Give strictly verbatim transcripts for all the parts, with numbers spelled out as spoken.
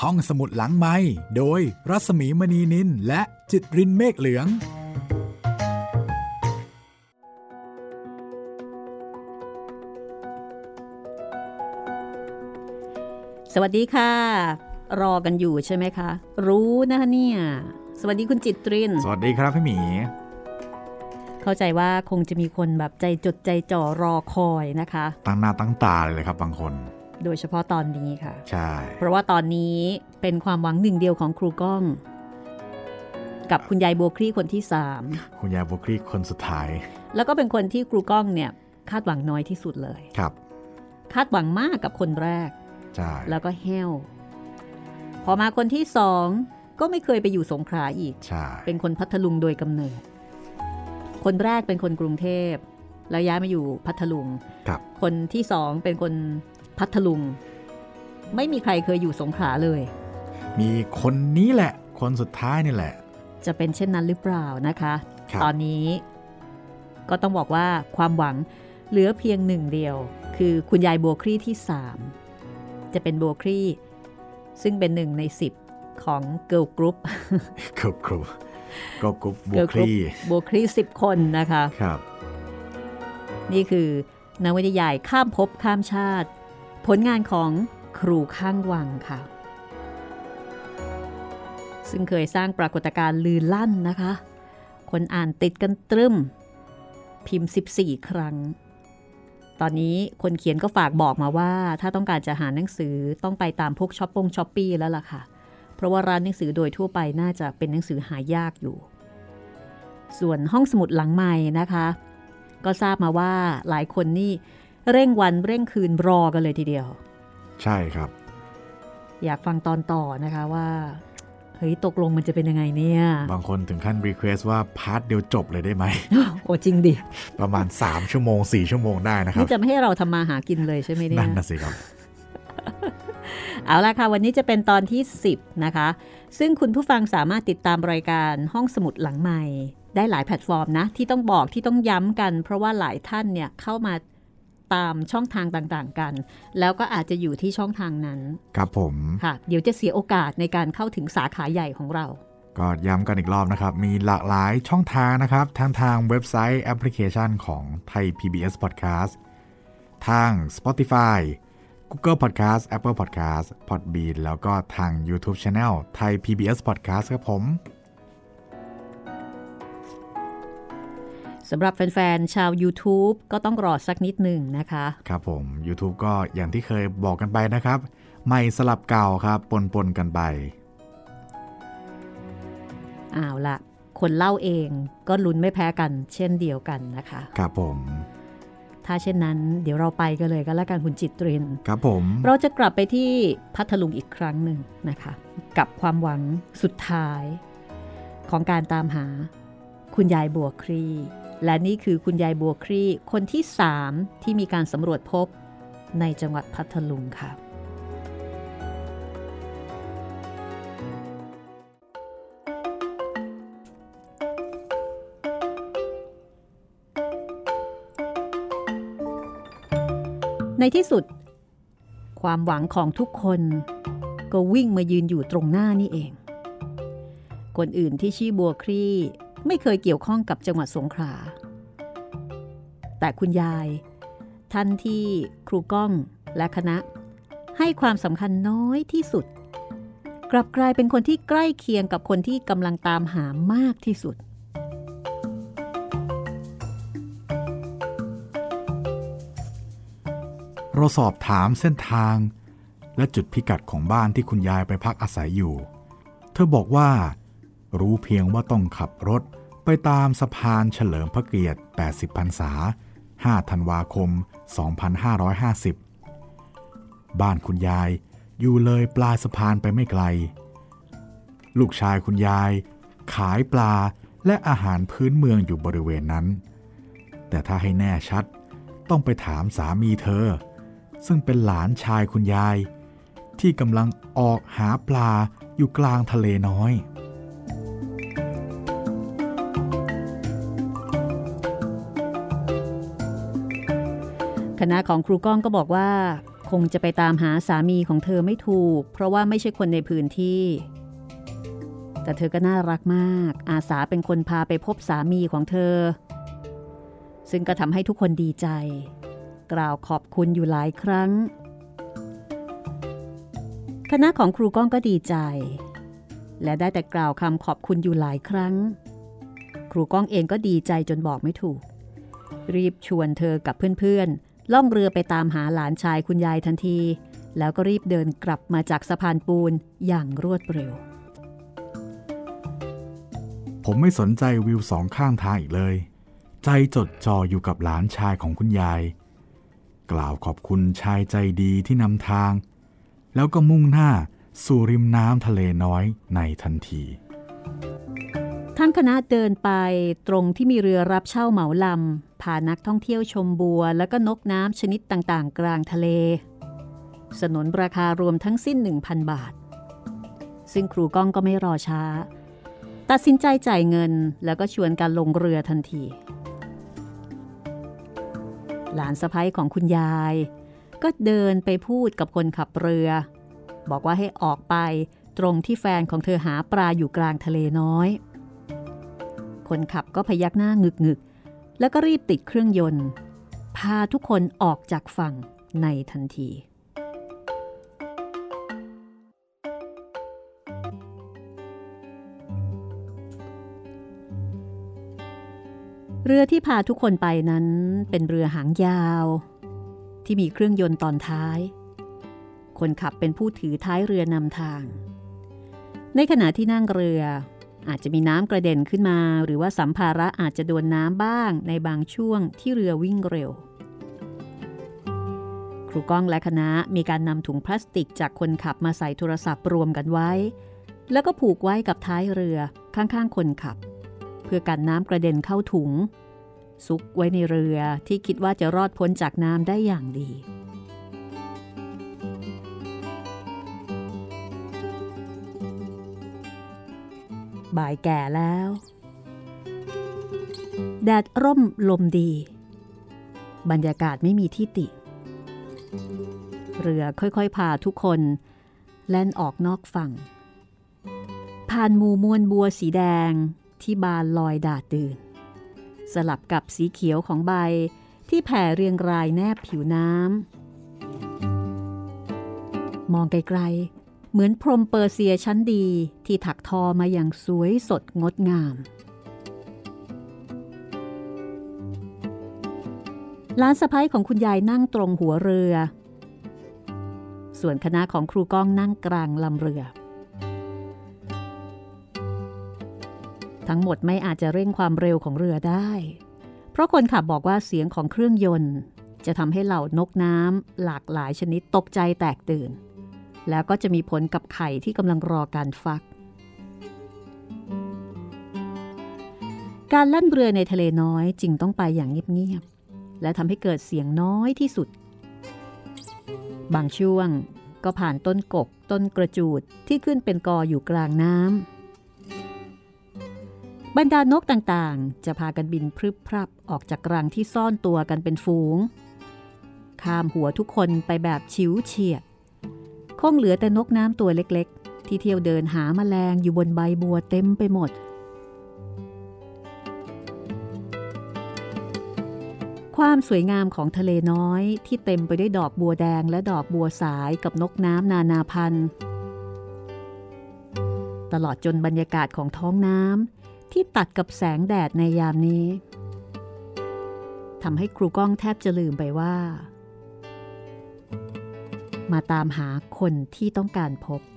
ห้องสมุดหลังไมค์โดยรัศมีมณีนินและจิตรินเมฆเหลืองสวัสดีค่ะรอกันอยู่ใช่ไหมคะรู้นะคะเนี่ยสวัสดีคุณจิตรินสวัสดีครับพี่หมีเข้าใจว่าคงจะมีคนแบบใจจดใจจ่อรอคอยนะคะตั้งหน้าตั้งตาเลยครับบางคนโดยเฉพาะตอนนี้ค่ะใช่เพราะว่าตอนนี้เป็นความหวังหนึ่งเดียวของครูก้องกับคุณยายบัวคลี่คนที่สามคุณยายบัวคลี่คนสุดท้ายแล้วก็เป็นคนที่ครูก้องเนี่ยคาดหวังน้อยที่สุดเลยครับคาดหวังมากกับคนแรกใช่แล้วก็แห้วพอมาคนที่สองก็ไม่เคยไปอยู่สงขลาอีกใช่เป็นคนพัทลุงโดยกำเนิดคนแรกเป็นคนกรุงเทพแล้วย้ายมาอยู่พัทลุงครับคนที่สองเป็นคนพัทลุงไม่มีใครเคยอยู่สงขลาเลยมีคนนี้แหละคนสุดท้ายนี่แหละจะเป็นเช่นนั้นหรือเปล่านะคะตอนนี้ก็ต้องบอกว่าความหวังเหลือเพียงหนึ่งเดียวคือคุณยายบัวคลี่ที่สามจะเป็นบัวคลี่ซึ่งเป็นหนึ่งในสิบของ Girl Group Girl Group Girl Group บัวคลี่บัวคลี่สิบคนนะคะครับนี่คือนวนิยายข้ามภพข้ามชาติผลงานของครูข้างวังค่ะซึ่งเคยสร้างปรากฏการณ์ลือลั่นนะคะคนอ่านติดกันตรึมพิมพ์สิบสี่ครั้งตอนนี้คนเขียนก็ฝากบอกมาว่าถ้าต้องการจะหาหนังสือต้องไปตามพวกช้อปปงช้อปปี้แล้วล่ะค่ะเพราะว่าร้านหนังสือโดยทั่วไปน่าจะเป็นหนังสือหายากอยู่ส่วนห้องสมุดหลังใหม่นะคะก็ทราบมาว่าหลายคนนี่เร่งวันเร่งคืนรอกันเลยทีเดียวใช่ครับอยากฟังตอนต่อนะคะว่าเฮ้ยตกลงมันจะเป็นยังไงเนี่ยบางคนถึงขั้นรีเควสว่าพาร์ทเดียวจบเลยได้ไหมโอ้จริงดิประมาณสามชั่วโมงสี่ชั่วโมงได้นะครับนี่จะไม่ให้เราทำมาหากินเลยใช่ไหมเนี่ยนั่นน่ะสิครับเอาล่ะค่ะวันนี้จะเป็นตอนที่สิบนะคะซึ่งคุณผู้ฟังสามารถติดตามรายการห้องสมุดหลังใหม่ได้หลายแพลตฟอร์มนะที่ต้องบอกที่ต้องย้ำกันเพราะว่าหลายท่านเนี่ยเข้ามาตามช่องทางต่างๆกันแล้วก็อาจจะอยู่ที่ช่องทางนั้นครับผมค่ะเดี๋ยวจะเสียโอกาสในการเข้าถึงสาขาใหญ่ของเราก็ย้ำกันอีกรอบนะครับมีหลากหลายช่องทางนะครับทั้งทางเว็บไซต์แอปพลิเคชันของไทย พี บี เอส Podcast ทาง Spotify Google Podcast Apple Podcast Podbean แล้วก็ทาง YouTube Channel ไทย พี บี เอส Podcast ครับผมสำหรับแฟนๆชาว YouTube ก็ต้องรอสักนิดหนึ่งนะคะครับผม YouTube ก็อย่างที่เคยบอกกันไปนะครับใหม่สลับเก่าครับปนๆกันไปอ้าวละคนเล่าเองก็ลุ้นไม่แพ้กันเช่นเดียวกันนะคะครับผมถ้าเช่นนั้นเดี๋ยวเราไปกันเลยก็แล้วกันคุณจิตรินครับผมเราจะกลับไปที่พัทลุงอีกครั้งหนึ่งนะคะกับความหวังสุดท้ายของการตามหาคุณยายบัวคลี่และนี่คือคุณยายบัวคลี่คนที่สามที่มีการสำรวจพบในจังหวัดพัทลุงค่ะในที่สุดความหวังของทุกคนก็วิ่งมายืนอยู่ตรงหน้านี่เองคนอื่นที่ชื่อบัวคลี่ไม่เคยเกี่ยวข้องกับจังหวัดสงขลาแต่คุณยายท่านที่ครูก้องและคณะให้ความสำคัญน้อยที่สุดกลับกลายเป็นคนที่ใกล้เคียงกับคนที่กำลังตามหามากที่สุดเราสอบถามเส้นทางและจุดพิกัดของบ้านที่คุณยายไปพักอาศัยอยู่เธอบอกว่ารู้เพียงว่าต้องขับรถไปตามสะพานเฉลิมพระเกียรติแปดสิบพรรษาห้าธันวาคมสองพันห้าร้อยห้าสิบบ้านคุณยายอยู่เลยปลายสะพานไปไม่ไกลลูกชายคุณยายขายปลาและอาหารพื้นเมืองอยู่บริเวณนั้นแต่ถ้าให้แน่ชัดต้องไปถามสามีเธอซึ่งเป็นหลานชายคุณยายที่กำลังออกหาปลาอยู่กลางทะเลน้อยคณะของครูก้องก็บอกว่าคงจะไปตามหาสามีของเธอไม่ถูกเพราะว่าไม่ใช่คนในพื้นที่แต่เธอก็น่ารักมากอาสาเป็นคนพาไปพบสามีของเธอซึ่งก็ทำให้ทุกคนดีใจกล่าวขอบคุณอยู่หลายครั้งคณะของครูก้องก็ดีใจและได้แต่กล่าวคำขอบคุณอยู่หลายครั้งครูก้องเองก็ดีใจจนบอกไม่ถูกรีบชวนเธอกับเพื่อนๆล่องเรือไปตามหาหลานชายคุณยายทันทีแล้วก็รีบเดินกลับมาจากสะพานปูนอย่างรวดเร็วผมไม่สนใจวิวสองข้างทางอีกเลยใจจดจ่ออยู่กับหลานชายของคุณยายกล่าวขอบคุณชายใจดีที่นำทางแล้วก็มุ่งหน้าสู่ริมน้ำทะเลน้อยในทันทีทั้งคณะเดินไปตรงที่มีเรือรับเช่าเหมาลำพานักท่องเที่ยวชมบัวแล้วก็นกน้ำชนิดต่างๆกลางทะเลสนนราคารวมทั้งสิ้น หนึ่งพัน บาทซึ่งครูก้องก็ไม่รอช้าตัดสินใจจ่ายเงินแล้วก็ชวนกันลงเรือทันทีหลานสะใภ้ของคุณยายก็เดินไปพูดกับคนขับเรือบอกว่าให้ออกไปตรงที่แฟนของเธอหาปลาอยู่กลางทะเลน้อยคนขับก็พยักหน้างึกๆแล้วก็รีบติดเครื่องยนต์พาทุกคนออกจากฝั่งในทันทีเรือที่พาทุกคนไปนั้นเป็นเรือหางยาวที่มีเครื่องยนต์ตอนท้ายคนขับเป็นผู้ถือท้ายเรือนำทางในขณะที่นั่งเรืออาจจะมีน้ำกระเด็นขึ้นมาหรือว่าสัมภาระอาจจะโดนน้ำบ้างในบางช่วงที่เรือวิ่งเร็วครูก้องและคณะมีการนำถุงพลาสติกจากคนขับมาใส่โทรศัพท์รวมกันไว้แล้วก็ผูกไว้กับท้ายเรือข้างๆคนขับเพื่อกันน้ำกระเด็นเข้าถุงซุกไว้ในเรือที่คิดว่าจะรอดพ้นจากน้ำได้อย่างดีบ่ายแก่แล้วแดดร่มลมดีบรรยากาศไม่มีที่ติเรือค่อยๆพาทุกคนแล่นออกนอกฝั่งผ่านหมู่มวลบัวสีแดงที่บานลอยดาดดื่นสลับกับสีเขียวของใบที่แผ่เรียงรายแนบผิวน้ำมองไกลๆเหมือนพรมเปอร์เซียชั้นดีที่ถักทอมาอย่างสวยสดงดงามหลานสะใภ้ของคุณยายนั่งตรงหัวเรือส่วนคณะของครูก้องนั่งกลางลำเรือทั้งหมดไม่อาจจะเร่งความเร็วของเรือได้เพราะคนขับบอกว่าเสียงของเครื่องยนต์จะทำให้เหล่านกน้ำหลากหลายชนิดตกใจแตกตื่นแล้วก็จะมีผลกับไข่ที่กำลังรอการฟักการลั่นเรือในทะเลน้อยจึงต้องไปอย่างเงียบๆและทำให้เกิดเสียงน้อยที่สุดบางช่วงก็ผ่านต้นกกต้นกระจูดที่ขึ้นเป็นกออยู่กลางน้ำบรรดานกต่างๆจะพากันบินพรึบพรับออกจากรังที่ซ่อนตัวกันเป็นฝูงข้ามหัวทุกคนไปแบบฉิวเฉียดคงเหลือแต่นกน้ำตัวเล็กๆที่เที่ยวเดินหาแมลงอยู่บนใบบัวเต็มไปหมดความสวยงามของทะเลน้อยที่เต็มไปด้วยดอกบัวแดงและดอกบัวสายกับนกน้ำนานาพันธุ์ตลอดจนบรรยากาศของท้องน้ำที่ตัดกับแสงแดดในยามนี้ทำให้ครูก้องแทบจะลืมไปว่ามาตามหาคนที่ต้องการพบ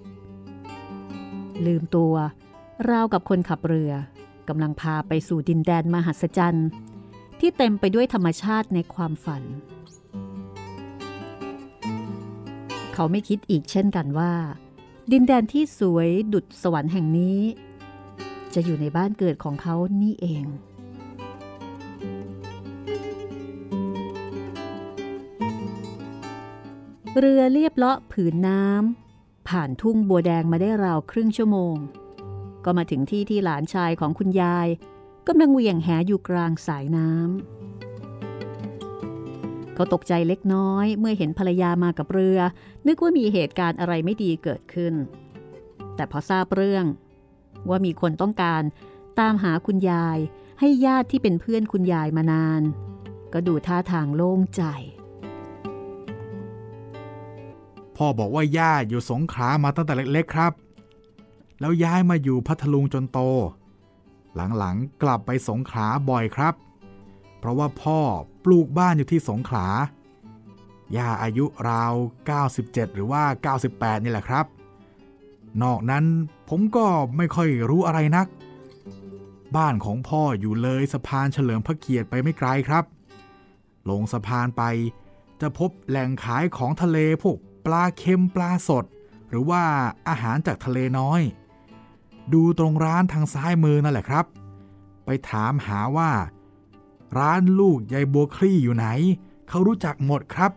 ลืมตัวราวกับคนขับเรือกำลังพาไปสู่ดินแดนมหัศจรรย์ที่เต็มไปด้วยธรรมชาติในความฝันเขาไม่คิดอีกเช่นกันว่าดินแดนที่สวยดุจสวรรค์แห่งนี้จะอยู่ในบ้านเกิดของเขานี่เองเรือเลียบเลาะผืนน้ำผ่านทุ่งบัวแดงมาได้ราวครึ่งชั่วโมงก็มาถึงที่ที่หลานชายของคุณยายกำลังเหวี่ยงแหอยู่กลางสายน้ำเขาตกใจเล็กน้อยเมื่อเห็นภรรยามากับเรือนึกว่ามีเหตุการณ์อะไรไม่ดีเกิดขึ้นแต่พอทราบเรื่องว่ามีคนต้องการตามหาคุณยายให้ญาติที่เป็นเพื่อนคุณยายมานานก็ดูท่าทางโล่งใจพ่อบอกว่าย่าอยู่สงขลามาตั้งแต่เล็กๆครับแล้วย้ายมาอยู่พัทลุงจนโตหลังๆกลับไปสงขลาบ่อยครับเพราะว่าพ่อปลูกบ้านอยู่ที่สงขลาย่าอายุราวเก้าสิบเจ็ดหรือว่าเก้าสิบแปดนี่แหละครับนอกนั้นผมก็ไม่ค่อยรู้อะไรนักบ้านของพ่ออยู่เลยสะพานเฉลิมพระเกียรติไปไม่ไกลครับลงสะพานไปจะพบแหล่งขายของทะเลพวกปลาเค็มปลาสดหรือว่าอาหารจากทะเลน้อยดูตรงร้านทางซ้ายมือนั่นแหละครับไปถามหาว่าร้านลูกยายบัวคลี่อยู่ไหนเขารู้จักหมดครับ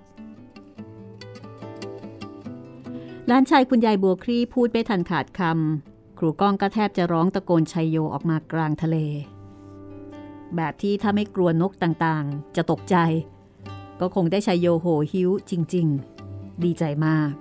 หลานชายคุณยายบัวคลี่พูดไม่ทันขาดคำครูก้องก็แทบจะร้องตะโกนชัยโยออกมากลางทะเลแบบที่ถ้าไม่กลัวนกต่างๆจะตกใจก็คงได้ชัยโยโหหิวจริงๆดีใจมาก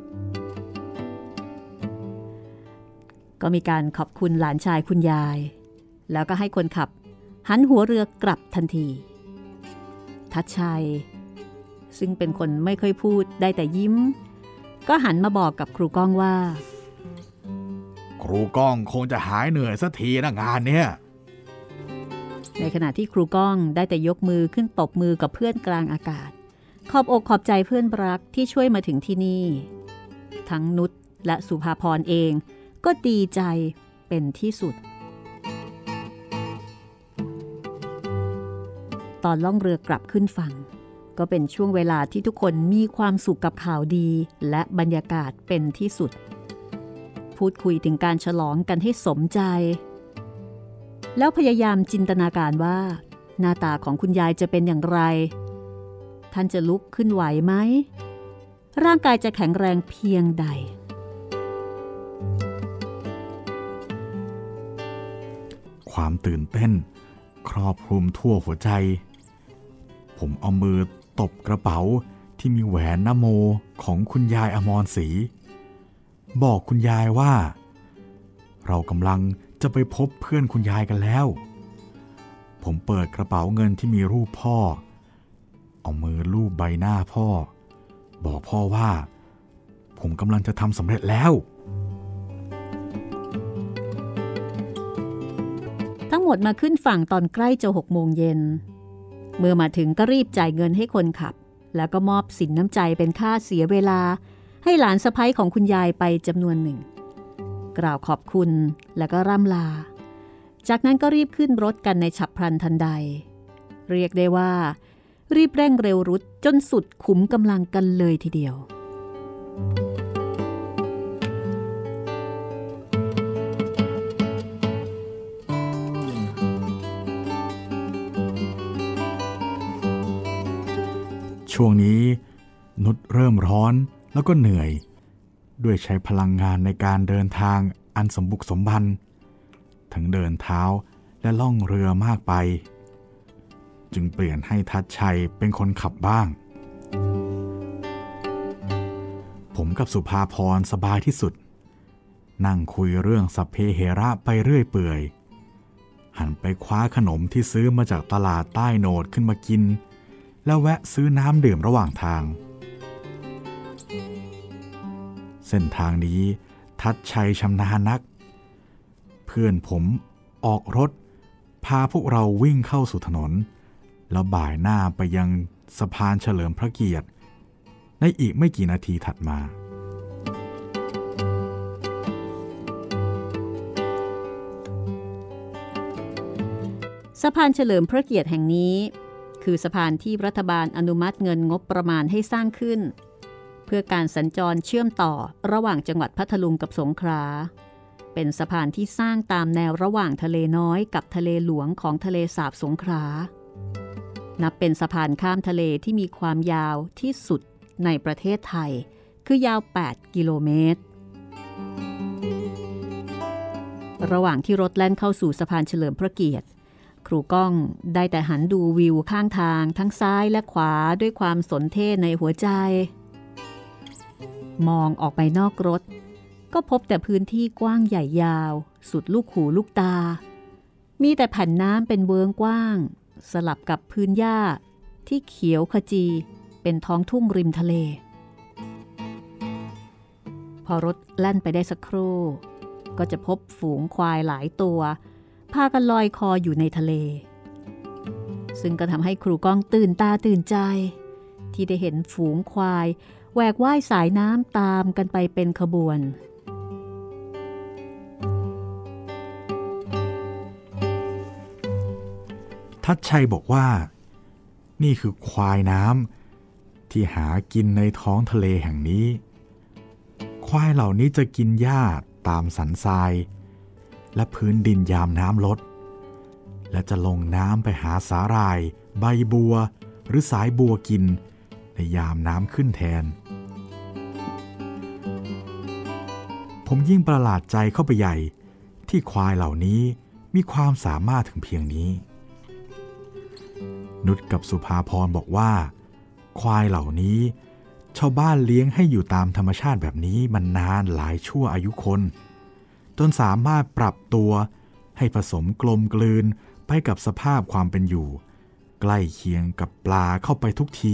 ก็มีการขอบคุณหลานชายคุณยายแล้วก็ให้คนขับหันหัวเรือกลับทันทีทัชชัยซึ่งเป็นคนไม่ค่อยพูดได้แต่ยิ้มก็หันมาบอกกับครูก้องว่าครูก้องคงจะหายเหนื่อยสักทีนะงานเนี้ยในขณะที่ครูก้องได้แต่ยกมือขึ้นตบมือกับเพื่อนกลางอากาศขอบอกขอบใจเพื่อนรักที่ช่วยมาถึงที่นี่ทั้งนุชและสุภาพรเองก็ดีใจเป็นที่สุดตอนล่องเรือกลับขึ้นฝั่งก็เป็นช่วงเวลาที่ทุกคนมีความสุขกับข่าวดีและบรรยากาศเป็นที่สุดพูดคุยถึงการฉลองกันให้สมใจแล้วพยายามจินตนาการว่าหน้าตาของคุณยายจะเป็นอย่างไรท่านจะลุกขึ้นไหวไหมร่างกายจะแข็งแรงเพียงใดความตื่นเต้นครอบคลุมทั่วหัวใจผมเอามือตบกระเป๋าที่มีแหวนนโมของคุณยายอมรศรีบอกคุณยายว่าเรากำลังจะไปพบเพื่อนคุณยายกันแล้วผมเปิดกระเป๋าเงินที่มีรูปพ่อเอามือลูบใบหน้าพ่อบอกพ่อว่าผมกำลังจะทำสำเร็จแล้วทั้งหมดมาขึ้นฝั่งตอนใกล้จะหกโมงเย็นเมื่อมาถึงก็รีบจ่ายเงินให้คนขับแล้วก็มอบสินน้ำใจเป็นค่าเสียเวลาให้หลานสะใภ้ของคุณยายไปจำนวนหนึ่งกล่าวขอบคุณแล้วก็ร่ำลาจากนั้นก็รีบขึ้นรถกันในฉับพลันทันใดเรียกได้ว่ารีบเร่งเร็วรุดจนสุดขุมกำลังกันเลยทีเดียวช่วงนี้นุชเริ่มร้อนแล้วก็เหนื่อยด้วยใช้พลังงานในการเดินทางอันสมบุกสมบันทั้งเดินเท้าและล่องเรือมากไปจึงเปลี่ยนให้ทัชชัยเป็นคนขับบ้างผมกับสุภาพรสบายที่สุดนั่งคุยเรื่องสัพเพเหระไปเรื่อยเปื่อยหันไปคว้าขนมที่ซื้อมาจากตลาดใต้โหนดขึ้นมากินแล้วแวะซื้อน้ำดื่มระหว่างทางเส้นทางนี้ทัชชัยชำนาญนักเพื่อนผมออกรถพาพวกเราวิ่งเข้าสู่ถนนแล้วบ่ายหน้าไปยังสะพานเฉลิมพระเกียรติในอีกไม่กี่นาทีถัดมาสะพานเฉลิมพระเกียรติแห่งนี้คือสะพานที่รัฐบาลอนุมัติเงินงบประมาณให้สร้างขึ้นเพื่อการสัญจรเชื่อมต่อระหว่างจังหวัดพัทลุงกับสงขลาเป็นสะพานที่สร้างตามแนวระหว่างทะเลน้อยกับทะเลหลวงของทะเลสาบสงขลานับเป็นสะพานข้ามทะเลที่มีความยาวที่สุดในประเทศไทยคือยาวแปดกิโลเมตรระหว่างที่รถแล่นเข้าสู่สะพานเฉลิมพระเกียรติครูก้องได้แต่หันดูวิวข้างทางทั้งซ้ายและขวาด้วยความสนเท่ในหัวใจมองออกไปนอกรถก็พบแต่พื้นที่กว้างใหญ่ยาวสุดลูกหูลูกตามีแต่แผ่นน้ำเป็นเวิ้งกว้างสลับกับพื้นหญ้าที่เขียวขจีเป็นท้องทุ่งริมทะเลพอรถแล่นไปได้สักครู่ก็จะพบฝูงควายหลายตัวพากันลอยคออยู่ในทะเลซึ่งก็ทำให้ครูก้องตื่นตาตื่นใจที่ได้เห็นฝูงควายแหวกว่ายสายน้ำตามกันไปเป็นขบวนทัดชัยบอกว่านี่คือควายน้ำที่หากินในท้องทะเลแห่งนี้ควายเหล่านี้จะกินหญ้าตามสันทรายและพื้นดินยามน้ำลดและจะลงน้ำไปหาสาหร่ายใบบัวหรือสายบัวกินในยามน้ำขึ้นแทนผมยิ่งประหลาดใจเข้าไปใหญ่ที่ควายเหล่านี้มีความสามารถถึงเพียงนี้นุชกับสุภาพรบอกว่าควายเหล่านี้ชาวบ้านเลี้ยงให้อยู่ตามธรรมชาติแบบนี้มันนานหลายชั่วอายุคนจนสามารถปรับตัวให้ผสมกลมกลืนไปกับสภาพความเป็นอยู่ใกล้เคียงกับปลาเข้าไปทุกที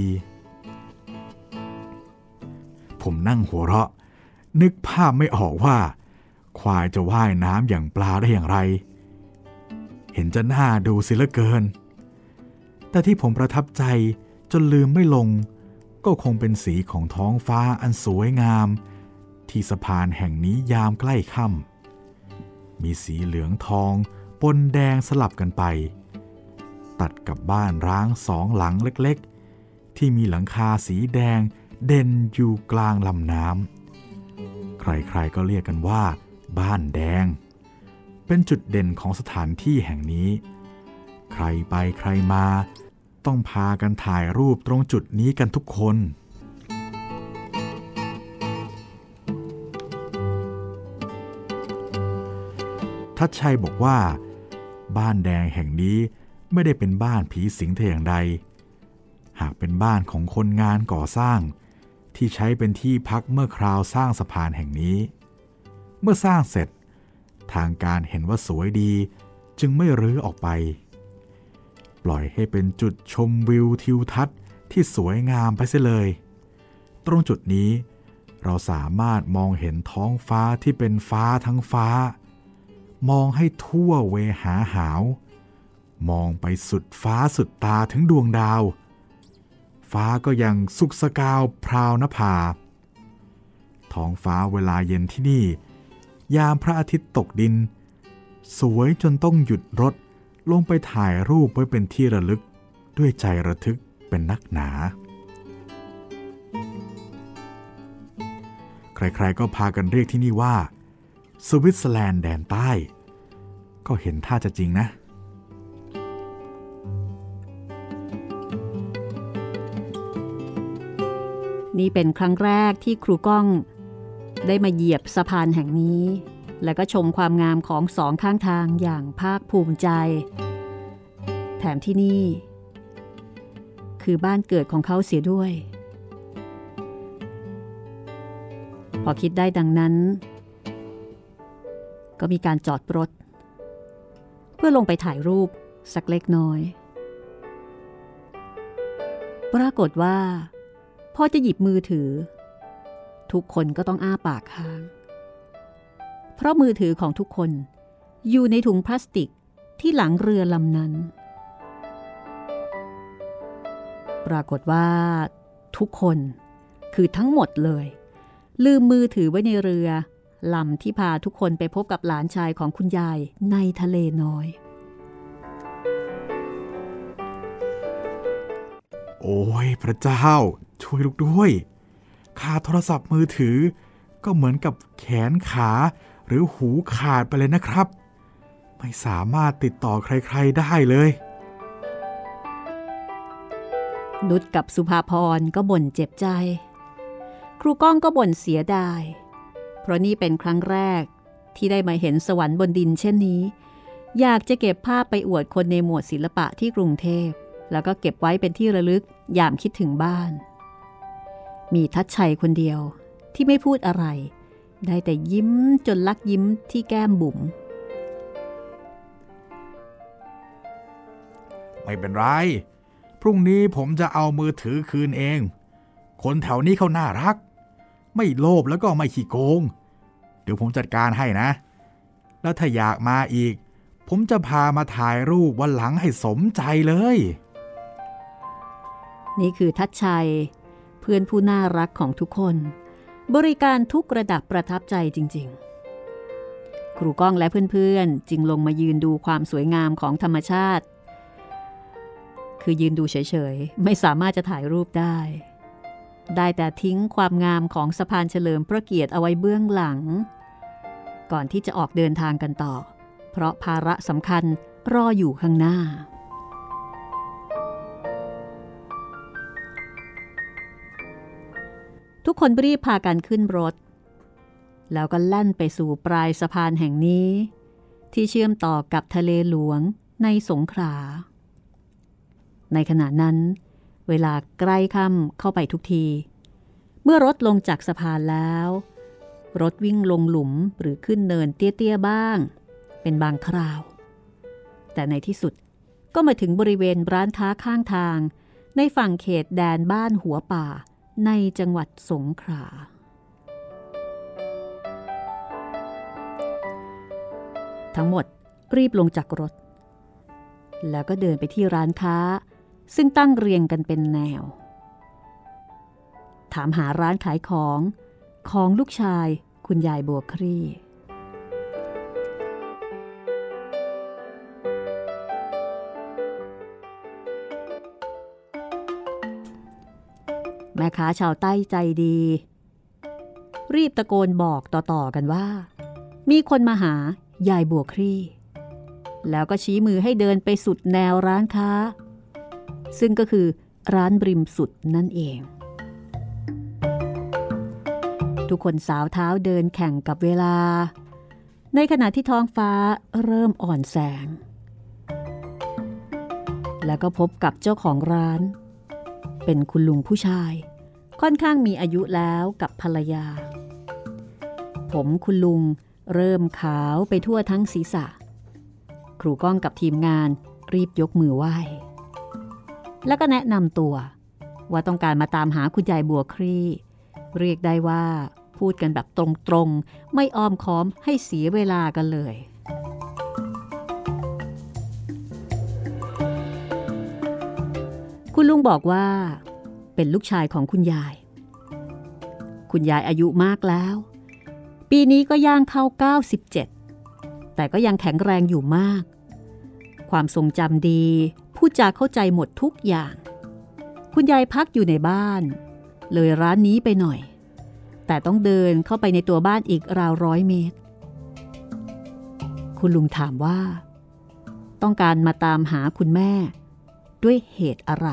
ผมนั่งหัวเราะนึกภาพไม่ออกว่าควายจะว่ายน้ำอย่างปลาได้อย่างไรเห็นจะน่าดูเสียเหลือเกินแต่ที่ผมประทับใจจนลืมไม่ลงก็คงเป็นสีของท้องฟ้าอันสวยงามที่สะพานแห่งนี้ยามใกล้ค่ำมีสีเหลืองทองปนแดงสลับกันไปตัดกับบ้านร้างสองหลังเล็กๆที่มีหลังคาสีแดงเด่นอยู่กลางลำน้ำใครๆก็เรียกกันว่าบ้านแดงเป็นจุดเด่นของสถานที่แห่งนี้ใครไปใครมาต้องพากันถ่ายรูปตรงจุดนี้กันทุกคนทัดชัยบอกว่าบ้านแดงแห่งนี้ไม่ได้เป็นบ้านผีสิงแต่อย่างใดหากเป็นบ้านของคนงานก่อสร้างที่ใช้เป็นที่พักเมื่อคราวสร้างสะพานแห่งนี้เมื่อสร้างเสร็จทางการเห็นว่าสวยดีจึงไม่รื้อออกไปปล่อยให้เป็นจุดชมวิวทิวทัศน์ที่สวยงามไปเสียเลยตรงจุดนี้เราสามารถมองเห็นท้องฟ้าที่เป็นฟ้าทั้งฟ้ามองให้ทั่วเวหาหาวมองไปสุดฟ้าสุดตาถึงดวงดาวฟ้าก็ยังสุกสกาวพราวนภาท้องฟ้าเวลาเย็นที่นี่ยามพระอาทิตย์ตกดินสวยจนต้องหยุดรถลงไปถ่ายรูปไว้เป็นที่ระลึกด้วยใจระทึกเป็นนักหนาใครๆก็พากันเรียกที่นี่ว่าสวิตเซอร์แลนด์แดนใต้ก็เห็นท่าจะจริงนะนี่เป็นครั้งแรกที่ครูก้องได้มาเหยียบสะพานแห่งนี้และก็ชมความงามของสองข้างทางอย่างภาคภูมิใจแถมที่นี่คือบ้านเกิดของเขาเสียด้วยพอคิดได้ดังนั้นก็มีการจอดรถเพื่อลงไปถ่ายรูปสักเล็กน้อยปรากฏว่าพอจะหยิบมือถือทุกคนก็ต้องอ้าปากค้างเพราะมือถือของทุกคนอยู่ในถุงพลาสติกที่หลังเรือลำนั้นปรากฏว่าทุกคนคือทั้งหมดเลยลืมมือถือไว้ในเรือลำที่พาทุกคนไปพบกับหลานชายของคุณยายในทะเลน้อยโอ้ยพระเจ้าช่วยลูกด้วยขาดโทรศัพท์มือถือก็เหมือนกับแขนขาหรือหูขาดไปเลยนะครับไม่สามารถติดต่อใครๆได้เลยนุชกับสุภาพรก็บ่นเจ็บใจครูก้องก็บ่นเสียดายเพราะนี่เป็นครั้งแรกที่ได้มาเห็นสวรรค์บนดินเช่นนี้อยากจะเก็บภาพไปอวดคนในหมวดศิลปะที่กรุงเทพแล้วก็เก็บไว้เป็นที่ระลึกยามคิดถึงบ้านมีทัชชัยคนเดียวที่ไม่พูดอะไรได้แต่ยิ้มจนลักยิ้มที่แก้มบุ๋มไม่เป็นไรพรุ่งนี้ผมจะเอามือถือคืนเองคนแถวนี้เขาน่ารักไม่โลภแล้วก็ไม่ขี้โกงเดี๋ยวผมจัดการให้นะแล้วถ้าอยากมาอีกผมจะพามาถ่ายรูปวันหลังให้สมใจเลยนี่คือทัชชัยเพื่อนผู้น่ารักของทุกคนบริการทุกระดับประทับใจจริงๆครูก้องและเพื่อนๆจึงลงมายืนดูความสวยงามของธรรมชาติคือยืนดูเฉยๆไม่สามารถจะถ่ายรูปได้ได้แต่ทิ้งความงามของสะพานเฉลิมพระเกียรติเอาไว้เบื้องหลังก่อนที่จะออกเดินทางกันต่อเพราะภาระสำคัญรออยู่ข้างหน้าทุกคนรีบพากันขึ้นรถแล้วก็แล่นไปสู่ปลายสะพานแห่งนี้ที่เชื่อมต่อกับทะเลหลวงในสงขลาในขณะนั้นเวลาใกล้ค่ำเข้าไปทุกทีเมื่อรถลงจากสะพานแล้วรถวิ่งลงหลุมหรือขึ้นเนินเตี้ยๆบ้างเป็นบางคราวแต่ในที่สุดก็มาถึงบริเวณร้านค้าข้างทางในฝั่งเขตแดนบ้านหัวป่าในจังหวัดสงขลาทั้งหมดรีบลงจากรถแล้วก็เดินไปที่ร้านค้าซึ่งตั้งเรียงกันเป็นแนวถามหาร้านขายของของลูกชายคุณยายบัวคลี่แม่ค้าชาวใต้ใจดีรีบตะโกนบอกต่อๆกันว่ามีคนมาหายายบัวคลี่แล้วก็ชี้มือให้เดินไปสุดแนวร้านค้าซึ่งก็คือร้านริมสุดนั่นเองทุกคนสาวเท้าเดินแข่งกับเวลาในขณะที่ท้องฟ้าเริ่มอ่อนแสงแล้วก็พบกับเจ้าของร้านเป็นคุณลุงผู้ชายค่อนข้างมีอายุแล้วกับภรรยาผมคุณลุงเริ่มขาวไปทั่วทั้งศีรษะครูก้องกับทีมงานรีบยกมือไหว้แล้วก็แนะนำตัวว่าต้องการมาตามหาคุณยายบัวคลี่เรียกได้ว่าพูดกันแบบตรงๆไม่อ้อมค้อมให้เสียเวลากันเลยคุณลุงบอกว่าเป็นลูกชายของคุณยายคุณยายอายุมากแล้วปีนี้ก็ย่างเข้าเก้าสิบเจ็ดแต่ก็ยังแข็งแรงอยู่มากความทรงจำดีพูดจาเข้าใจหมดทุกอย่างคุณยายพักอยู่ในบ้านเลยร้านนี้ไปหน่อยแต่ต้องเดินเข้าไปในตัวบ้านอีกราวร้อยเมตรคุณลุงถามว่าต้องการมาตามหาคุณแม่ด้วยเหตุอะไร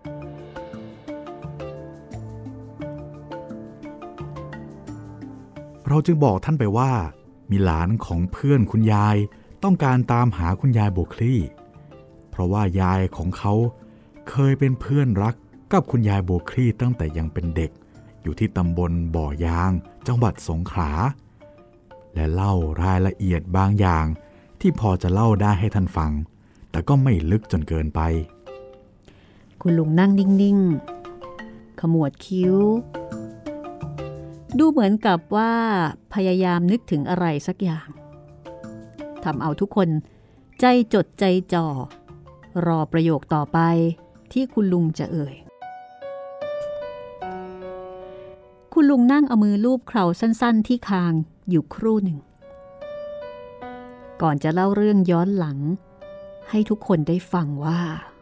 เราจึงบอกท่านไปว่ามีหลานของเพื่อนคุณยายต้องการตามหาคุณยายบัวคลี่เพราะว่ายายของเขาเคยเป็นเพื่อนรักกับคุณยายบัวคลี่ตั้งแต่ยังเป็นเด็กอยู่ที่ตำบลบ่อยางจังหวัดสงขลาและเล่ารายละเอียดบางอย่างที่พอจะเล่าได้ให้ท่านฟังแต่ก็ไม่ลึกจนเกินไปคุณลุงนั่งนิ่งๆขมวดคิ้วดูเหมือนกับว่าพยายามนึกถึงอะไรสักอย่างทำเอาทุกคนใจจดใจจ่อรอประโยคต่อไปที่คุณลุงจะเอ่ยคุณลุงนั่งเอามือลูบเคราสั้นๆที่คางอยู่ครู่หนึ่งก่อนจะเล่าเรื่องย้อนหลังให้ทุกคนได้ฟังว่า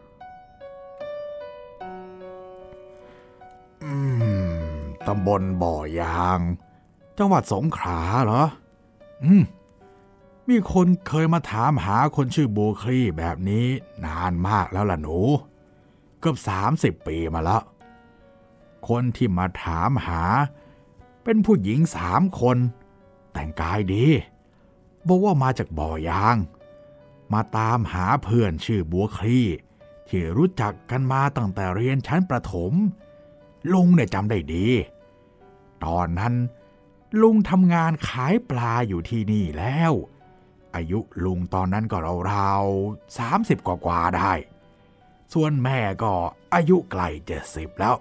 อืมตำบลบ่อยางจังหวัดสงขลาเหรออืมมีคนเคยมาถามหาคนชื่อบัวคลี่แบบนี้นานมากแล้วล่ะหนูเกือบสามสิบปีมาแล้วคนที่มาถามหาเป็นผู้หญิงสามคนแต่งกายดีบอกว่ามาจากบ่อยางมาตามหาเพื่อนชื่อบัวคลี่ที่รู้จักกันมาตั้งแต่เรียนชั้นประถมลุงเนี่ยจำได้ดีตอนนั้นลุงทำงานขายปลาอยู่ที่นี่แล้วอายุลุงตอนนั้นก็ราวๆสามสิบกว่าๆได้ส่วนแม่ก็อายุใกล้เจ็ดสิบแล้ว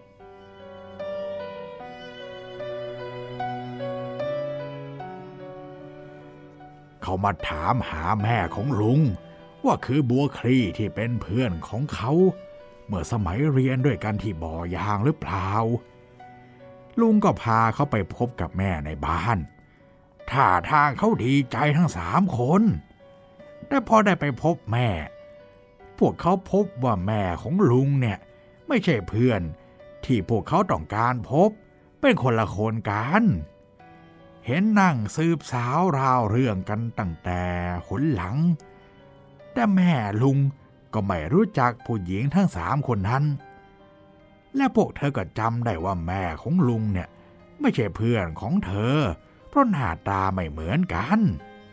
เขามาถามหาแม่ของลุงว่าคือบัวคลี่ที่เป็นเพื่อนของเขาเมื่อสมัยเรียนด้วยกันที่บ่อยางหรือเปล่าลุงก็พาเขาไปพบกับแม่ในบ้านท่าทางเขาดีใจทั้งสามคนแต่พอได้ไปพบแม่พวกเขาพบว่าแม่ของลุงเนี่ยไม่ใช่เพื่อนที่พวกเขาต้องการพบเป็นคนละคนกันเห็นนั่งสืบสาวราวเรื่องกันตั้งแต่หนหลังแต่แม่ลุงก็ไม่รู้จักผู้หญิงทั้งสามคนนั้นและพวกเธอก็จำได้ว่าแม่ของลุงเนี่ยไม่ใช่เพื่อนของเธอเพราะหน้าตาไม่เหมือนกัน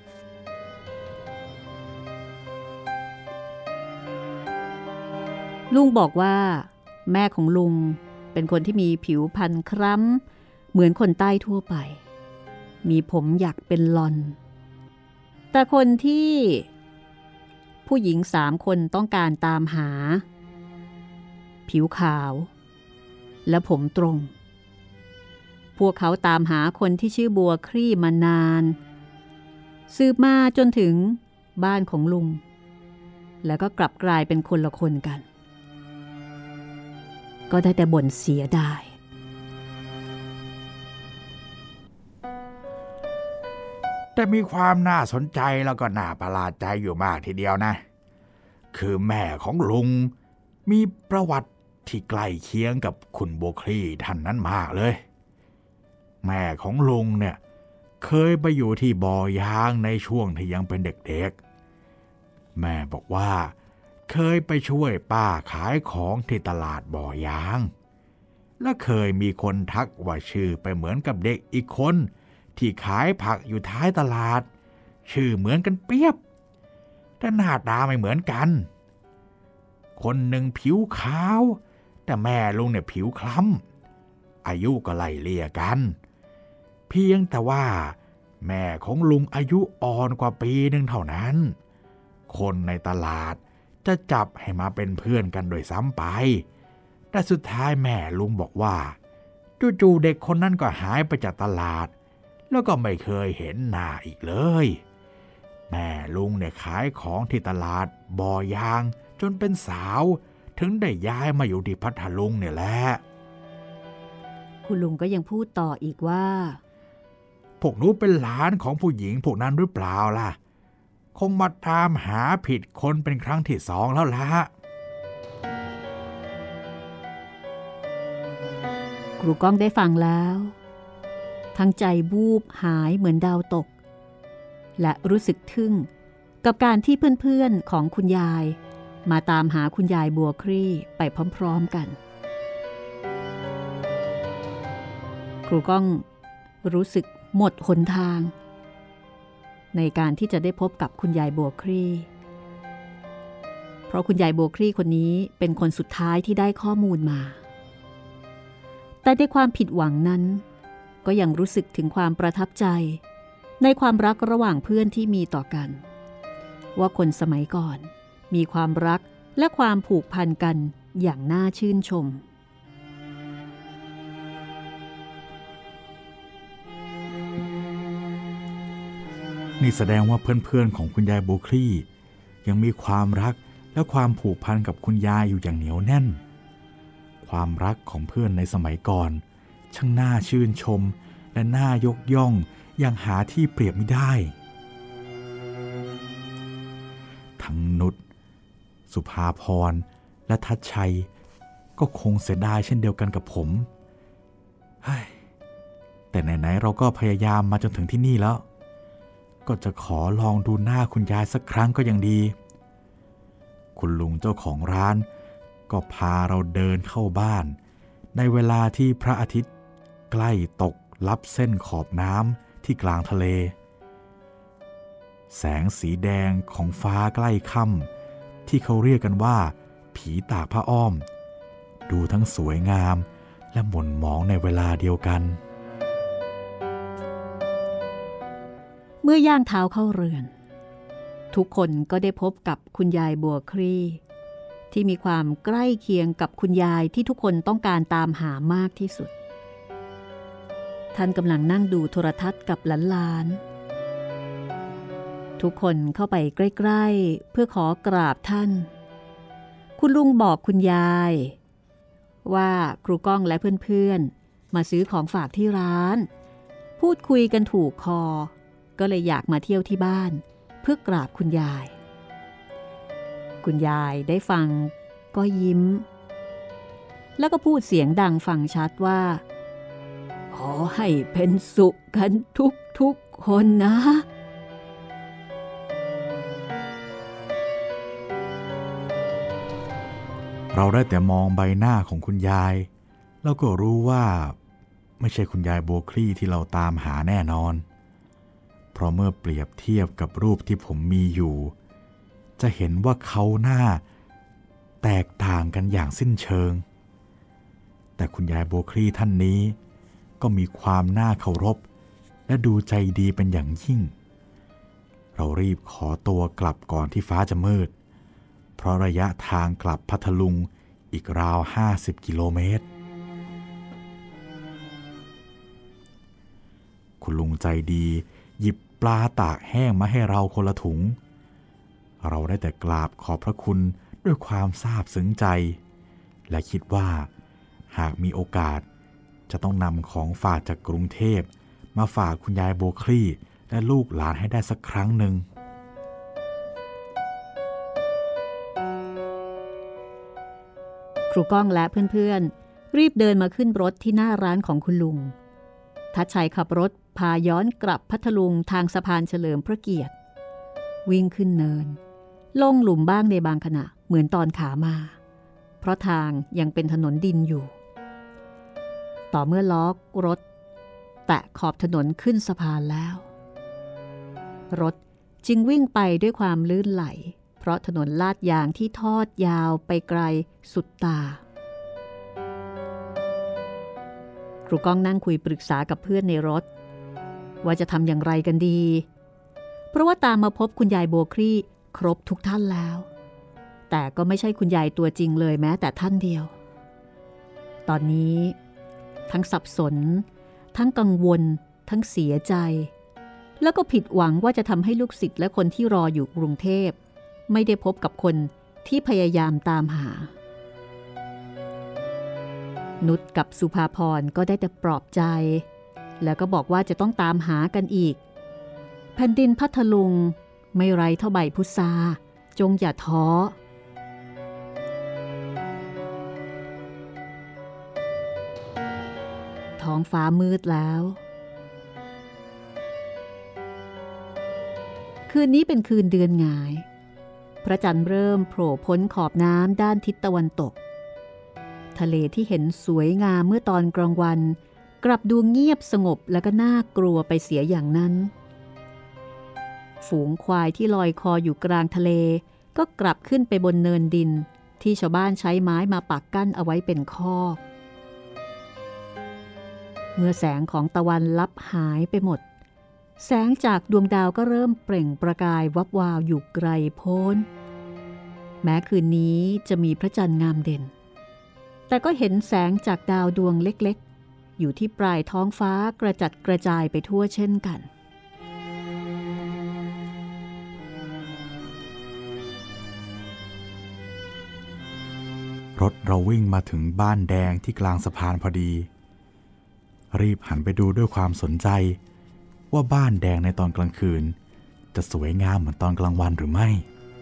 ลุงบอกว่าแม่ของลุงเป็นคนที่มีผิวพรรณคล้ำเหมือนคนใต้ทั่วไปมีผมหยักเป็นลอนแต่คนที่ผู้หญิงสามคนต้องการตามหาผิวขาวและผมตรงพวกเขาตามหาคนที่ชื่อบัวคลี่มานานสืบมาจนถึงบ้านของลุงแล้วก็กลับกลายเป็นคนละคนกันก็ได้แต่บ่นเสียดายแต่มีความน่าสนใจแล้วก็น่าประหลาดใจอยู่มากทีเดียวนะคือแม่ของลุงมีประวัติที่ใกล้เคียงกับคุณบัวคลี่ท่านนั้นมากเลยแม่ของลุงเนี่ยเคยไปอยู่ที่บ่อยางในช่วงที่ยังเป็นเด็กๆแม่บอกว่าเคยไปช่วยป้าขายของที่ตลาดบ่อยางและเคยมีคนทักว่าชื่อไปเหมือนกับเด็กอีกคนที่ขายผักอยู่ท้ายตลาดชื่อเหมือนกันเปียบแต่หน้าตาไม่เหมือนกันคนหนึ่งผิวขาวแต่แม่ลุงเนี่ยผิวคล้ำอายุก็ไล่เลี่ยกันเพียงแต่ว่าแม่ของลุงอายุอ่อนกว่าปีหนึ่งเท่านั้นคนในตลาดจะจับให้มาเป็นเพื่อนกันโดยซ้ำไปแต่สุดท้ายแม่ลุงบอกว่าจู่ๆเด็กคนนั้นก็หายไปจากตลาดแล้วก็ไม่เคยเห็นหน้าอีกเลยแม่ลุงเนี่ยขายของที่ตลาดบ่อยางจนเป็นสาวถึงได้ย้ายมาอยู่ที่พัทลุงเนี่ยแหละคุณลุงก็ยังพูดต่ออีกว่าพวกหนูเป็นหลานของผู้หญิงพวกนั้นหรือเปล่าล่ะคงมาตามหาผิดคนเป็นครั้งที่สองแล้วล่ะครูก้องได้ฟังแล้วทั้งใจบูบหายเหมือนดาวตกและรู้สึกทึ่งกับการที่เพื่อนๆของคุณยายมาตามหาคุณยายบัวคลี่ไปพร้อมๆกันครูก้องรู้สึกหมดหนทางในการที่จะได้พบกับคุณยายบัวคลี่เพราะคุณยายบัวคลี่คนนี้เป็นคนสุดท้ายที่ได้ข้อมูลมาแต่ในความผิดหวังนั้นก็ยังรู้สึกถึงความประทับใจในความรักระหว่างเพื่อนที่มีต่อกันว่าคนสมัยก่อนมีความรักและความผูกพันกันอย่างน่าชื่นชมนี่แสดงว่าเพื่อนๆของคุณยายบัวคลี่ยังมีความรักและความผูกพันกับคุณยายอยู่อย่างเหนียวแน่นความรักของเพื่อนในสมัยก่อนช่างน่าชื่นชมและน่ายกย่องอย่างหาที่เปรียบไม่ได้ทั้งนุชสุภาพรและทัชชัยก็คงเสียดายเช่นเดียวกันกับผมแต่ไหนๆเราก็พยายามมาจนถึงที่นี่แล้วก็จะขอลองดูหน้าคุณยายสักครั้งก็ยังดีคุณลุงเจ้าของร้านก็พาเราเดินเข้าบ้านในเวลาที่พระอาทิตย์ใกล้ตกลับเส้นขอบน้ำที่กลางทะเลแสงสีแดงของฟ้าใกล้ค่ำที่เขาเรียกกันว่าผีตากผ้าอ้อมดูทั้งสวยงามและหม่นหมองในเวลาเดียวกันเมื่อย่างเท้าเข้าเรือนทุกคนก็ได้พบกับคุณยายบัวคลี่ที่มีความใกล้เคียงกับคุณยายที่ทุกคนต้องการตามหามากที่สุดท่านกำลังนั่งดูโทรทัศน์กับหลานๆทุกคนเข้าไปใกล้ๆเพื่อขอกราบท่านคุณลุงบอกคุณยายว่าครูก้องและเพื่อนๆมาซื้อของฝากที่ร้านพูดคุยกันถูกคอก็เลยอยากมาเที่ยวที่บ้านเพื่อกราบคุณยายคุณยายได้ฟังก็ยิ้มแล้วก็พูดเสียงดังฟังชัดว่าขอให้เป็นสุขกันทุกทุกคนนะเราได้แต่มองใบหน้าของคุณยายแล้วก็รู้ว่าไม่ใช่คุณยายบัวคลี่ที่เราตามหาแน่นอนเพราะเมื่อเปรียบเทียบกับรูปที่ผมมีอยู่จะเห็นว่าเขาหน้าแตกต่างกันอย่างสิ้นเชิงแต่คุณยายบัวคลี่ท่านนี้ก็มีความน่าเคารพและดูใจดีเป็นอย่างยิ่งเรารีบขอตัวกลับก่อนที่ฟ้าจะมืดเพราะระยะทางกลับพัทลุงอีกราวห้าสิบกิโลเมตรคุณลุงใจดีหยิบปลาตากแห้งมาให้เราคนละถุงเราได้แต่กราบขอบพระคุณด้วยความซาบซึ้งใจและคิดว่าหากมีโอกาสจะต้องนำของฝากจากกรุงเทพมาฝากคุณยายบัวคลี่และลูกหลานให้ได้สักครั้งหนึ่งครูก้องและเพื่อนๆรีบเดินมาขึ้นรถที่หน้าร้านของคุณลุงทัชชัยขับรถพาย้อนกลับพัทลุงทางสะพานเฉลิมพระเกียรติวิ่งขึ้นเนินลงหลุมบ้างในบางขณะเหมือนตอนขามาเพราะทางยังเป็นถนนดินอยู่ต่อเมื่อล้อรถแตะขอบถนนขึ้นสะพานแล้วรถจึงวิ่งไปด้วยความลื่นไหลเพราะถนนลาดยางที่ทอดยาวไปไกลสุดตาครูก้องนั่งคุยปรึกษากับเพื่อนในรถว่าจะทำอย่างไรกันดีเพราะว่าตามมาพบคุณยายบัวคลี่ครบทุกท่านแล้วแต่ก็ไม่ใช่คุณยายตัวจริงเลยแม้แต่ท่านเดียวตอนนี้ทั้งสับสนทั้งกังวลทั้งเสียใจแล้วก็ผิดหวังว่าจะทำให้ลูกศิษย์และคนที่รออยู่กรุงเทพไม่ได้พบกับคนที่พยายามตามหานุชกับสุภาพรก็ได้แต่ปลอบใจแล้วก็บอกว่าจะต้องตามหากันอีกแผ่นดินพัทลุงไม่ไร้เท่าใบพุทราจงอย่าท้อท้องฟ้ามืดแล้วคืนนี้เป็นคืนเดือนหงายพระจันทร์เริ่มโผล่พ้นขอบน้ำด้านทิศตะวันตกทะเลที่เห็นสวยงามเมื่อตอนกลางวันกลับดูเงียบสงบและก็น่ากลัวไปเสียอย่างนั้นฝูงควายที่ลอยคออยู่กลางทะเลก็กลับขึ้นไปบนเนินดินที่ชาวบ้านใช้ไม้มาปักกั้นเอาไว้เป็นคอกเมื่อแสงของตะวันลับหายไปหมดแสงจากดวงดาวก็เริ่มเปล่งประกายวับวาวอยู่ไกลโพ้นแม้คืนนี้จะมีพระจันทร์งามเด่นแต่ก็เห็นแสงจากดาวดวงเล็กๆอยู่ที่ปลายท้องฟ้ากระจัดกระจายไปทั่วเช่นกันรถเราวิ่งมาถึงบ้านแดงที่กลางสะพานพอดีรีบหันไปดูด้วยความสนใจว่าบ้านแดงในตอนกลางคืนจะสวยงามเหมือนตอนกลางวันหรือไม่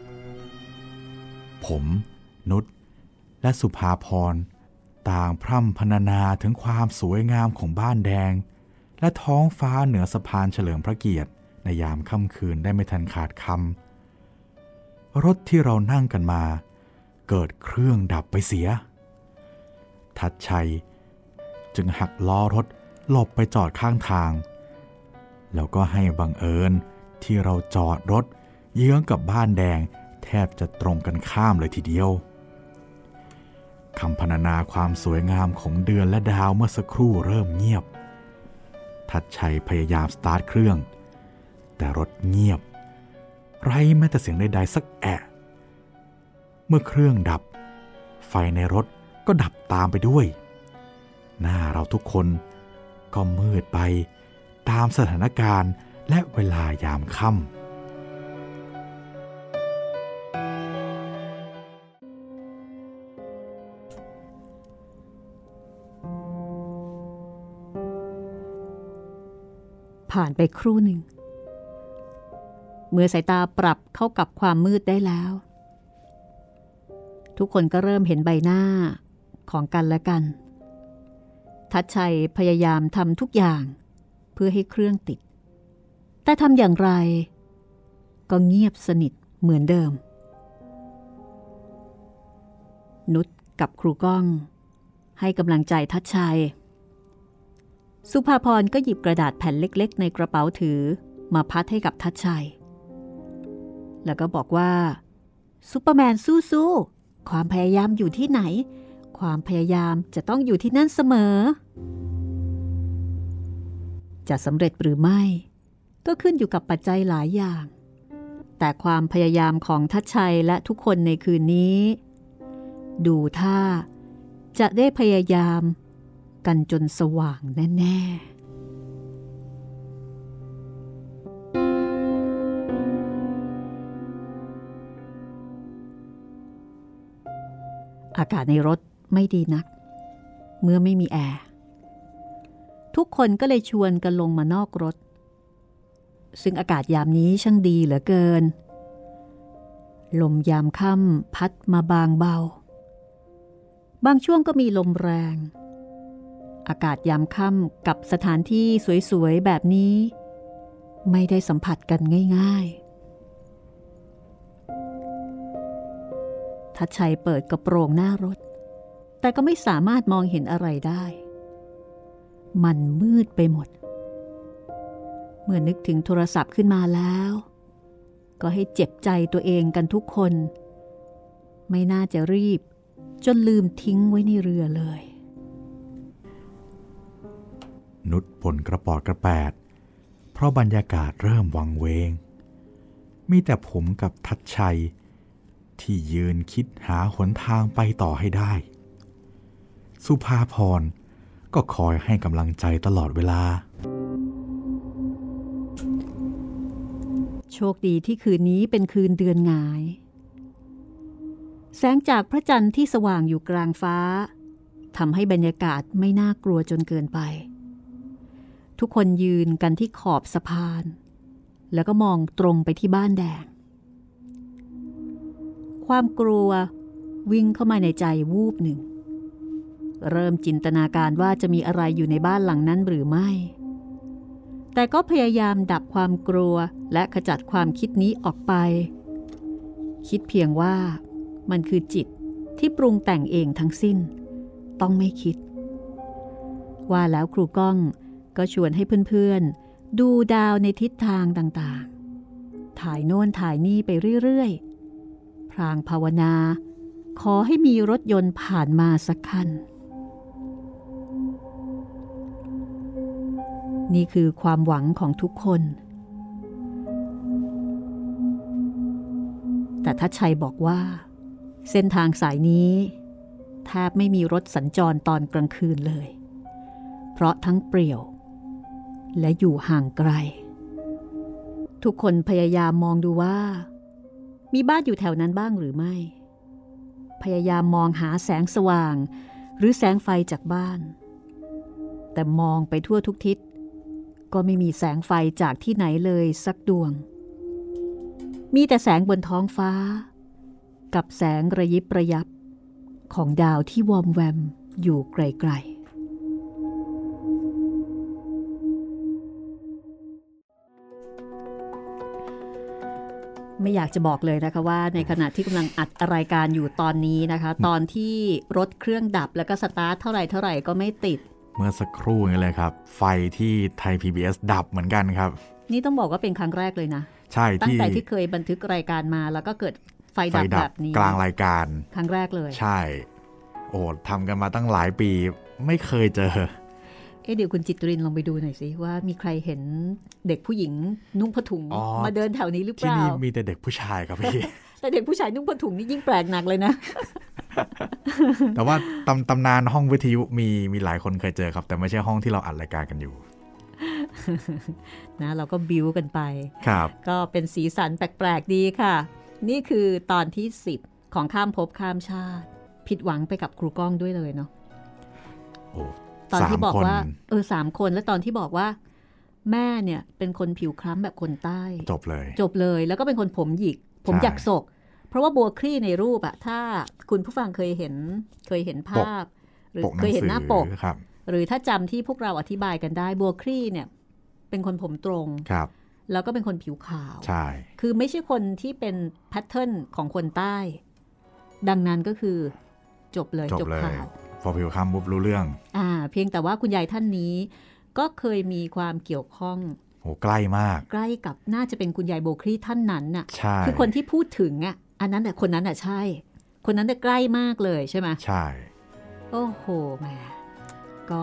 ผมนุชและสุภาพรต่างพร่ำพรรณนาถึงความสวยงามของบ้านแดงและท้องฟ้าเหนือสะพานเฉลิมพระเกียรติในยามค่ำคืนได้ไม่ทันขาดคำรถที่เรานั่งกันมาเกิดเครื่องดับไปเสียทัชชัยจึงหักล้อรถหลบไปจอดข้างทางแล้วก็ให้บังเอิญที่เราจอดรถเยื้องกับบ้านแดงแทบจะตรงกันข้ามเลยทีเดียวคำพรรณนาความสวยงามของเดือนและดาวเมื่อสักครู่เริ่มเงียบทัดชัยพยายามสตาร์ทเครื่องแต่รถเงียบไร้แม้แต่เสียงใดๆสักแอะเมื่อเครื่องดับไฟในรถก็ดับตามไปด้วยหน้าเราทุกคนก็มืดไปตามสถานการณ์และเวลายามค่ำผ่านไปครู่หนึ่งเมื่อสายตาปรับเข้ากับความมืดได้แล้วทุกคนก็เริ่มเห็นใบหน้าของกันและกันทัชชัยพยายามทำทุกอย่างเพื่อให้เครื่องติดแต่ทำอย่างไรก็เงียบสนิทเหมือนเดิมนุชกับครูก้องให้กำลังใจทัชชัยสุภาพรก็หยิบกระดาษแผ่นเล็กๆในกระเป๋าถือมาพัดให้กับทัชชัยแล้วก็บอกว่าซุปเปอร์แมนสู้ๆความพยายามอยู่ที่ไหนความพยายามจะต้องอยู่ที่นั่นเสมอจะสำเร็จหรือไม่ก็ขึ้นอยู่กับปัจจัยหลายอย่างแต่ความพยายามของทัชชัยและทุกคนในคืนนี้ดูท่าจะได้พยายามกันจนสว่างแน่ๆอากาศในรถไม่ดีนักเมื่อไม่มีแอร์ทุกคนก็เลยชวนกันลงมานอกรถซึ่งอากาศยามนี้ช่างดีเหลือเกินลมยามค่ำพัดมาบางเบาบางช่วงก็มีลมแรงอากาศยามค่ำกับสถานที่สวยๆแบบนี้ไม่ได้สัมผัสกันง่ายๆทัชชัยเปิดกระโปรงหน้ารถแต่ก็ไม่สามารถมองเห็นอะไรได้มันมืดไปหมดเมื่อนึกถึงโทรศัพท์ขึ้นมาแล้วก็ให้เจ็บใจตัวเองกันทุกคนไม่น่าจะรีบจนลืมทิ้งไว้ในเรือเลยนุชบ่นกระปอดกระแปดเพราะบรรยากาศเริ่มวังเวงมีแต่ผมกับทัชชัยที่ยืนคิดหาหนทางไปต่อให้ได้สุภาพรก็คอยให้กำลังใจตลอดเวลาโชคดีที่คืนนี้เป็นคืนเดือนหงายแสงจากพระจันทร์ที่สว่างอยู่กลางฟ้าทำให้บรรยากาศไม่น่ากลัวจนเกินไปทุกคนยืนกันที่ขอบสะพานแล้วก็มองตรงไปที่บ้านแดงความกลัววิ่งเข้ามาในใจวูบหนึ่งเริ่มจินตนาการว่าจะมีอะไรอยู่ในบ้านหลังนั้นหรือไม่แต่ก็พยายามดับความกลัวและขจัดความคิดนี้ออกไปคิดเพียงว่ามันคือจิตที่ปรุงแต่งเองทั้งสิ้นต้องไม่คิดว่าแล้วครูก้องก็ชวนให้เพื่อนๆดูดาวในทิศทางต่างๆถ่ายโน่นถ่ายนี่ไปเรื่อยๆพลางภาวนาขอให้มีรถยนต์ผ่านมาสักคันนี่คือความหวังของทุกคนแต่ทัชชัยบอกว่าเส้นทางสายนี้แทบไม่มีรถสัญจรตอนกลางคืนเลยเพราะทั้งเปรี่ยวและอยู่ห่างไกลทุกคนพยายามมองดูว่ามีบ้านอยู่แถวนั้นบ้างหรือไม่พยายามมองหาแสงสว่างหรือแสงไฟจากบ้านแต่มองไปทั่วทุกทิศก็ไม่มีแสงไฟจากที่ไหนเลยสักดวงมีแต่แสงบนท้องฟ้ากับแสงระยิบระยับของดาวที่วอมแวมอยู่ไกลๆไม่อยากจะบอกเลยนะคะว่าในขณะที่กำลังอัดรายการอยู่ตอนนี้นะคะตอนที่รถเครื่องดับแล้วก็สตาร์ทเท่าไหร่เท่าไหร่ก็ไม่ติดเมื่อสักครู่นี้เลยครับไฟที่ไทย พี บี เอส ดับเหมือนกันครับนี่ต้องบอกว่าเป็นครั้งแรกเลยนะใช่ตั้งแต่ที่เคยบันทึกรายการมาแล้วก็เกิดไฟดับแบบนี้กลางรายการครั้งแรกเลยใช่โอ้ทำกันมาตั้งหลายปีไม่เคยเจอเอ๊ะเดี๋ยวคุณจิตรินลองไปดูหน่อยสิว่ามีใครเห็นเด็กผู้หญิงนุ่งผ้าถุงมาเดินแถวนี้หรือเปล่าที่นี่มีแต่เด็กผู้ชายครับพี่แต่เด็กผู้ชายนุ่งผ้าถุงนี่ยิ่งแปลกหนักเลยนะแต่ว่าตำตำนานห้องวิทยุมีมีหลายคนเคยเจอครับแต่ไม่ใช่ห้องที่เราอัดรายการกันอยู่นะเราก็บิ้วกันไปครับก็เป็นสีสันแปลกๆดีค่ะนี่คือตอนที่สิบของข้ามภพข้ามชาติผิดหวังไปกับครูก้องด้วยเลยเนาะโอ้ตอนที่บอกว่าเออสามคนแล้วตอนที่บอกว่าแม่เนี่ยเป็นคนผิวคล้ำแบบคนใต้จบเลยจบเลยแล้วก็เป็นคนผมหยิกผมหยักศกเพราะว่าบัวคลี่ในรูปอะถ้าคุณผู้ฟังเคยเห็นเคยเห็นภาพหรือเคยเห็นหน้าปกหรือถ้าจำที่พวกเราอธิบายกันได้บัวคลี่เนี่ยเป็นคนผมตรงครับแล้วก็เป็นคนผิวขาวใช่คือไม่ใช่คนที่เป็นแพทเทิร์นของคนใต้ดังนั้นก็คือจบเลยจบข่าวพอผิวคล้ำปุ๊บรู้เรื่องอ่าเพียงแต่ว่าคุณยายท่านนี้ก็เคยมีความเกี่ยวข้องโหใกล้มากใกล้กับน่าจะเป็นคุณยายโบคลี่ท่านนั้นน่ะใช่คือคนที่พูดถึงอ่ะอันนั้นแต่คนนั้นอ่ะใช่คนนั้นจะใกล้มากเลยใช่ไหมใช่โอ้โหแหมก็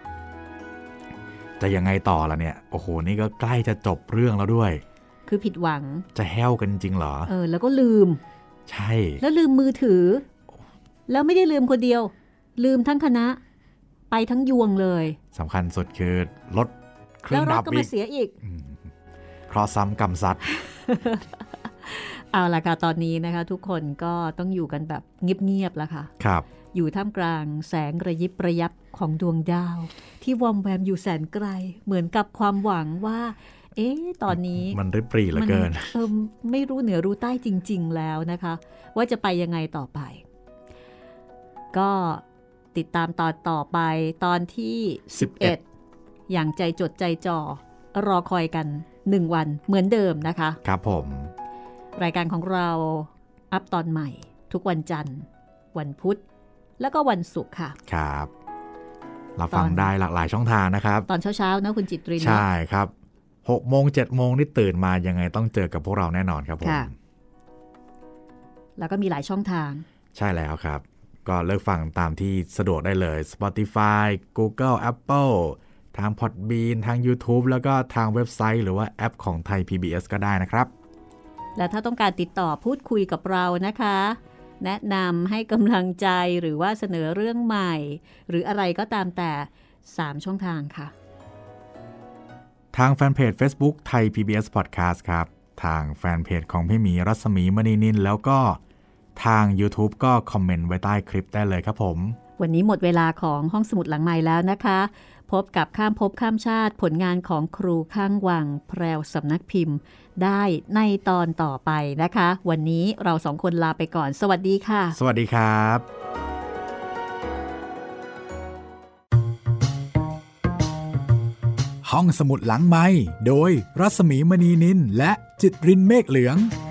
จะยังไงต่อล่ะเนี่ยโอ้โหนี่ก็ใกล้จะจบเรื่องแล้วด้วยคือผิดหวังจะแห้วกันจริงเหรอเออแล้วก็ลืมใช่แล้วลืมมือถือแล้วไม่ได้ลืมคนเดียวลืมทั้งคณะไปทั้งยวงเลยสำคัญสุดคือรถเครื่องดับอีกแล้วรถก็มาเสียอีกเพราะซ้ำกรรมซัดเอาล่ะค่ะตอนนี้นะคะทุกคนก็ต้องอยู่กันแบบเงียบๆแล้วค่ะครับอยู่ท่ามกลางแสงระยิบระยับของดวงดาวที่วอมแวมอยู่แสนไกลเหมือนกับความหวังว่าเอ๊ะตอนนี้มันริบหรี่เหลือเกินเออไม่รู้เหนือรู้ใต้จริงๆแล้วนะคะว่าจะไปยังไงต่อไปก็ติดตามตอนต่อไปตอนที่สิบเอ็ดอย่างใจจดใจจ่อรอคอยกันหนึ่งวันเหมือนเดิมนะคะครับผมรายการของเราอัพตอนใหม่ทุกวันจันทร์วันพุธแล้วก็วันศุกร์ค่ะครับเราฟังได้หลากหลายช่องทางนะครับตอนเช้าๆนะคุณจิตรินใช่ครับหกโมงเจ็ดโมงนี่ตื่นมายังไงต้องเจอกับพวกเราแน่นอนครับผมแล้วก็มีหลายช่องทางใช่แล้วครับก็เลือกฟังตามที่สะดวกได้เลย Spotify Google Apple ทาง Podbean ทาง YouTube แล้วก็ทางเว็บไซต์หรือว่าแอปของไทย พี บี เอส ก็ได้นะครับและถ้าต้องการติดต่อพูดคุยกับเรานะคะแนะนำให้กำลังใจหรือว่าเสนอเรื่องใหม่หรืออะไรก็ตามแต่สามช่องทางค่ะทางแฟนเพจ Facebook ไทย พี บี เอส Podcast ครับทางแฟนเพจของพี่หมีรัศมีมณีนินแล้วก็ทาง YouTube ก็คอมเมนต์ไว้ใต้คลิปได้เลยครับผมวันนี้หมดเวลาของห้องสมุดหลังใหม่แล้วนะคะพบกับข้ามภพข้ามชาติผลงานของครูข้างวังแพรวสำนักพิมพ์ได้ในตอนต่อไปนะคะวันนี้เราสองคนลาไปก่อนสวัสดีค่ะสวัสดีครับห้องสมุดหลังไมค์โดยรัศมีมณีนินและจิตรินเมฆเหลือง